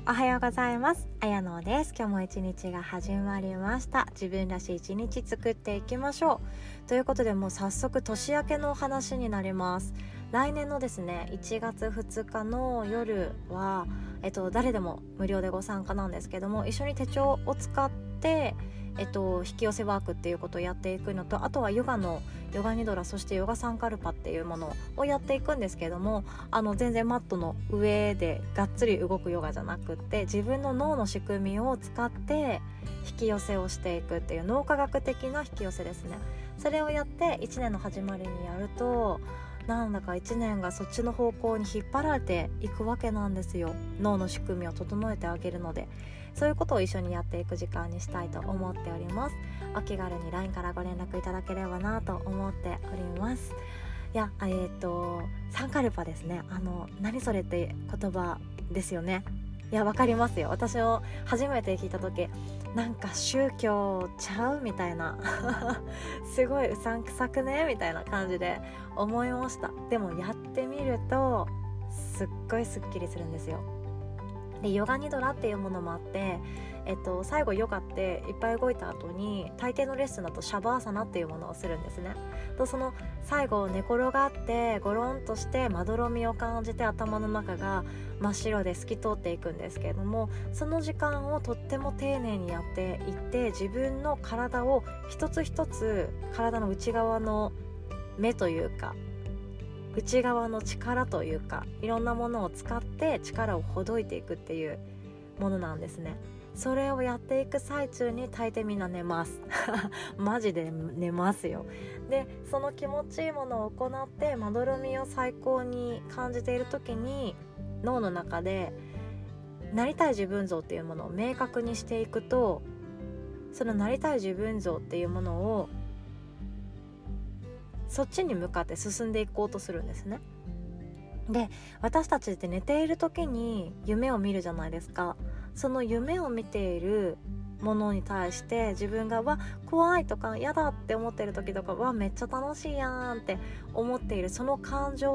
おはようございます。あやのです。今日も一日が始まりました。自分らしい一日作っていきましょうということで、もう早速年明けのお話になります。来年のですね1月2日の夜は、誰でも無料でご参加なんですけども、一緒に手帳を使って引き寄せワークっていうことをやっていくのと、あとはヨガニドラ、そしてヨガサンカルパっていうものをやっていくんですけども、全然マットの上でがっつり動くヨガじゃなくって、自分の脳の仕組みを使って引き寄せをしていくっていう脳科学的な引き寄せですね。それをやって1年の始まりにやると、なんだか1年がそっちの方向に引っ張られていくわけなんですよ。脳の仕組みを整えてあげるので、そういうことを一緒にやっていく時間にしたいと思っております。お気軽に LINE からご連絡いただければなと思っております。いや、サンカルパですね。何それって言葉ですよね。いや、わかりますよ。私も初めて聞いた時、なんか宗教ちゃうみたいなすごいうさんくさくねみたいな感じで思いました。でもやってみるとすっごいスッキリするんですよ。でヨガニドラっていうものもあって、最後ヨガっていっぱい動いた後に大抵のレッスンだとシャバーサナっていうものをするんですね。とその最後寝転がってゴロンとしてまどろみを感じて、頭の中が真っ白で透き通っていくんですけれども、その時間をとっても丁寧にやっていって、自分の体を一つ一つ、体の内側の目というか内側の力というか、いろんなものを使って力をほどいていくっていうものなんですね。それをやっていく最中に大抵みんな寝ますマジで寝ますよ。でその気持ちいいものを行って、まどろみを最高に感じている時に、脳の中でなりたい自分像っていうものを明確にしていくと、そのなりたい自分像っていうものをそっちに向かって進んでいこうとするんですね。で私たちって寝ている時に夢を見るじゃないですか。その夢を見ているものに対して、自分が怖いとか嫌だって思っている時とか、めっちゃ楽しいやんって思っているその感情って、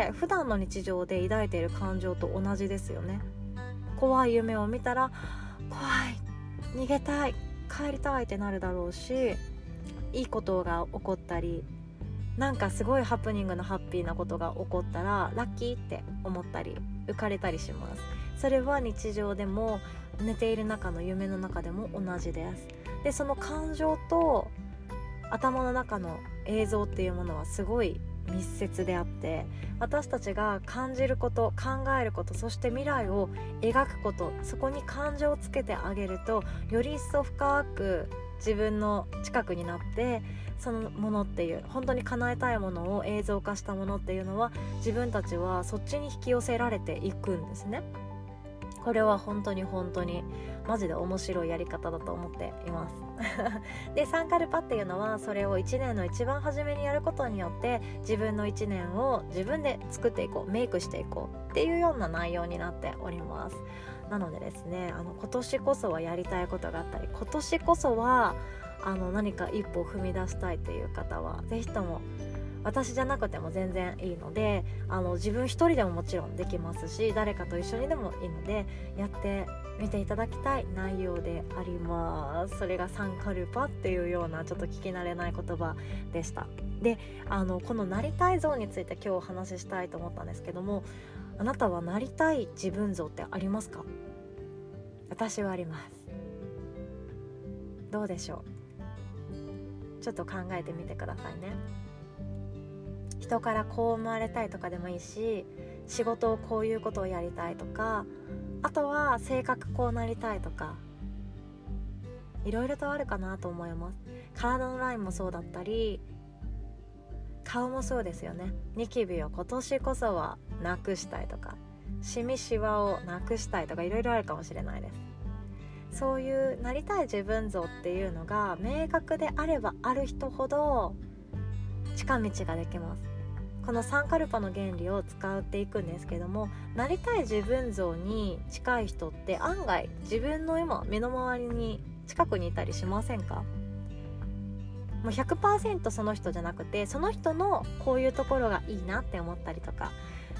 普段の日常で抱いている感情と同じですよね。怖い夢を見たら怖い、逃げたい、帰りたいってなるだろうし、いいことが起こったり、なんかすごいハプニングのハッピーなことが起こったらラッキーって思ったり浮かれたりします。それは日常でも寝ている中の夢の中でも同じです。でその感情と頭の中の映像っていうものはすごい密接であって、私たちが感じること、考えること、そして未来を描くこと、そこに感情をつけてあげると、より一層深く自分の近くになって、そのものっていう、本当に叶えたいものを映像化したものっていうのは、自分たちはそっちに引き寄せられていくんですね。これは本当にマジで面白いやり方だと思っていますでサンカルパっていうのは、それを1年の一番初めにやることによって、自分の1年を自分で作っていこう、メイクしていこうっていうような内容になっております。なのでですね、今年こそはやりたいことがあったり、今年こそは何か一歩を踏み出したいという方は、ぜひとも、私じゃなくても全然いいので、自分一人でももちろんできますし、誰かと一緒にでもいいのでやってみていただきたい内容であります。それがサンカルパっていうようなちょっと聞き慣れない言葉でした。でこのなりたい像について今日お話ししたいと思ったんですけども、あなたはなりたい自分像ってありますか？私はあります。どうでしょう？ちょっと考えてみてくださいね。人からこう思われたいとかでもいいし、仕事をこういうことをやりたいとか、あとは性格こうなりたいとか、いろいろとあるかなと思います。体のラインもそうだったり、顔もそうですよね。ニキビを今年こそはなくしたいとか、シミシワをなくしたいとか、いろいろあるかもしれないです。そういうなりたい自分像っていうのが明確であればある人ほど近道ができます。このサンカルパの原理を使っていくんですけども、なりたい自分像に近い人って案外自分の今目の周りに近くにいたりしませんか？もう 100% その人じゃなくて、その人のこういうところがいいなって思ったりとか、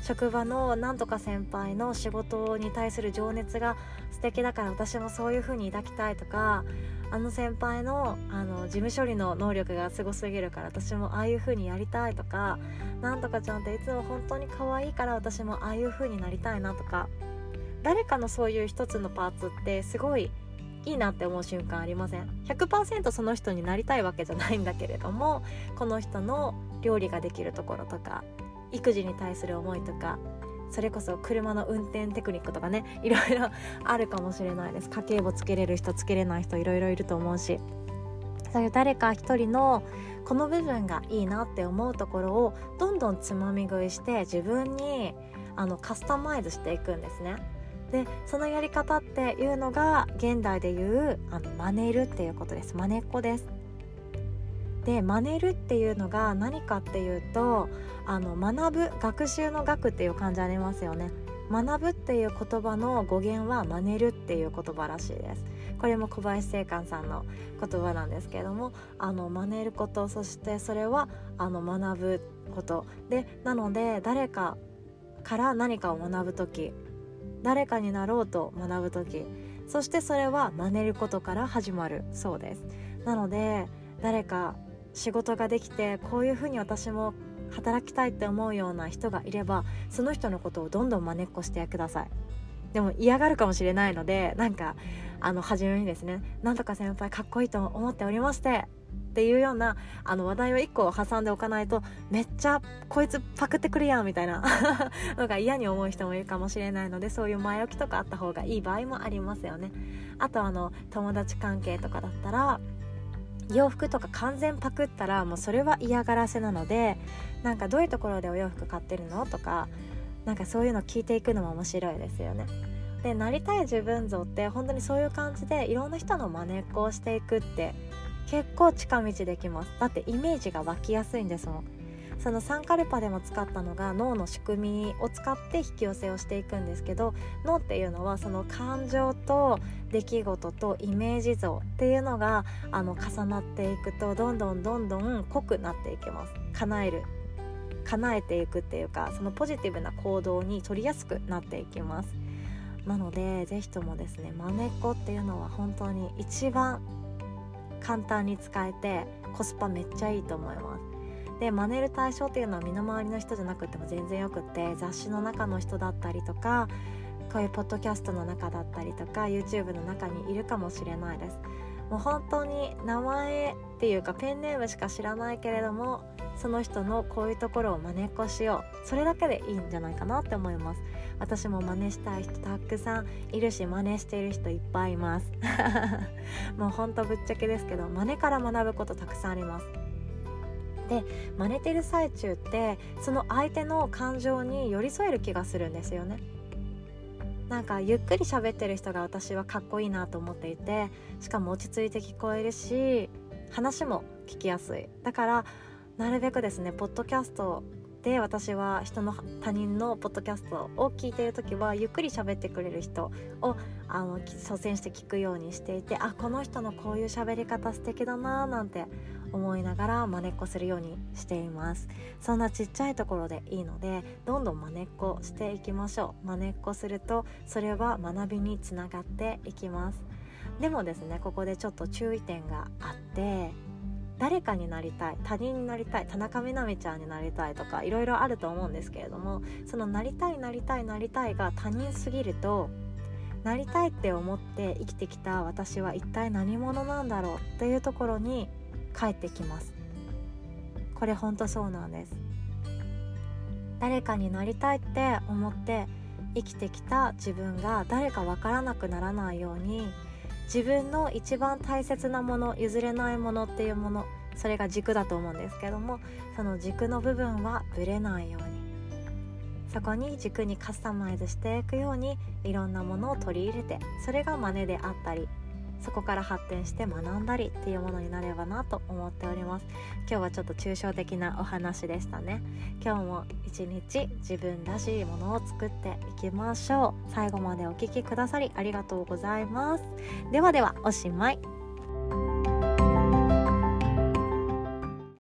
職場のなんとか先輩の仕事に対する情熱が素敵だから私もそういう風に抱きたいとか、あの先輩の事務処理の能力がすごすぎるから私もああいう風にやりたいとか、なんとかちゃんっていつも本当に可愛いから私もああいう風になりたいなとか、誰かのそういう一つのパーツってすごいいいなって思う瞬間ありません？ 100% その人になりたいわけじゃないんだけれども、この人の料理ができるところとか、育児に対する思いとか、それこそ車の運転テクニックとかね、いろいろあるかもしれないです。家計簿つけれる人つけれない人いろいろいると思うし、そういう誰か一人のこの部分がいいなって思うところをどんどんつまみ食いして自分にカスタマイズしていくんですね。でそのやり方っていうのが現代でいう真似るっていうことです。真似っこです。で真似るっていうのが何かっていうと、学ぶ、学習の学っていう漢字ありますよね。学ぶっていう言葉の語源は真似るっていう言葉らしいです。これも小林正観さんの言葉なんですけれども、真似ること、そしてそれは学ぶことで、なので誰かから何かを学ぶとき、誰かになろうと学ぶとき、そしてそれは真似ることから始まるそうです。なので誰か仕事ができてこういうふうに私も働きたいって思うような人がいれば、その人のことをどんどん真似っこしてください。でも嫌がるかもしれないので、なんか初めにですね、なんとか先輩かっこいいと思っておりましてっていうような話題を1個挟んでおかないと、めっちゃこいつパクってくるやんみたいなのが嫌に思う人もいるかもしれないので、そういう前置きとかあった方がいい場合もありますよね。あと友達関係とかだったら、洋服とか完全パクったらもうそれは嫌がらせなので、なんかどういうところでお洋服買ってるのとか、なんかそういうの聞いていくのも面白いですよね。でなりたい自分像って本当にそういう感じでいろんな人の真似っこをしていくって結構近道できます。だってイメージが湧きやすいんですもん。そのサンカルパでも使ったのが脳の仕組みを使って引き寄せをしていくんですけど、脳っていうのはその感情と出来事とイメージ像っていうのが重なっていくとどんどん濃くなっていきます。叶えていくっていうか、そのポジティブな行動に取りやすくなっていきます。なのでぜひともですね、真似っこっていうのは本当に一番簡単に使えてコスパめっちゃいいと思います。で真似る対象っていうのは身の回りの人じゃなくても全然よくって、雑誌の中の人だったりとか、こういうポッドキャストの中だったりとか YouTube の中にいるかもしれないです。もう本当に名前っていうかペンネームしか知らないけれども、その人のこういうところを真似っこしよう、それだけでいいんじゃないかなって思います。私も真似したい人たくさんいるし、真似している人いっぱいいますもうほんとぶっちゃけですけど、真似から学ぶことたくさんあります。で真似てる最中ってその相手の感情に寄り添える気がするんですよね。なんかゆっくり喋ってる人が私はかっこいいなと思っていて、しかも落ち着いて聞こえるし話も聞きやすい。だからなるべくですね、ポッドキャストで私は他人のポッドキャストを聞いているときはゆっくり喋ってくれる人を率先して聞くようにしていて、この人のこういう喋り方素敵だななんて思いながら真似っこするようにしています。そんなちっちゃいところでいいのでどんどん真似っこしていきましょう。真似っこするとそれは学びにつながっていきます。でもですね、ここでちょっと注意点があって、誰かになりたい、他人になりたい、田中みな実ちゃんになりたいとかいろいろあると思うんですけれども、そのなりたいが他人すぎると、なりたいって思って生きてきた私は一体何者なんだろうっていうところに帰ってきます。これ本当そうなんです。誰かになりたいって思って生きてきた自分が誰かわからなくならないように、自分の一番大切なもの、譲れないものっていうもの、それが軸だと思うんですけども、その軸の部分はぶれないように、そこに軸にカスタマイズしていくようにいろんなものを取り入れて、それが真似であったり、そこから発展して学んだりっていうものになればなと思っております。今日はちょっと抽象的なお話でしたね。今日も一日自分らしいものを作っていきましょう。最後までお聞きくださりありがとうございます。ではではおしまい。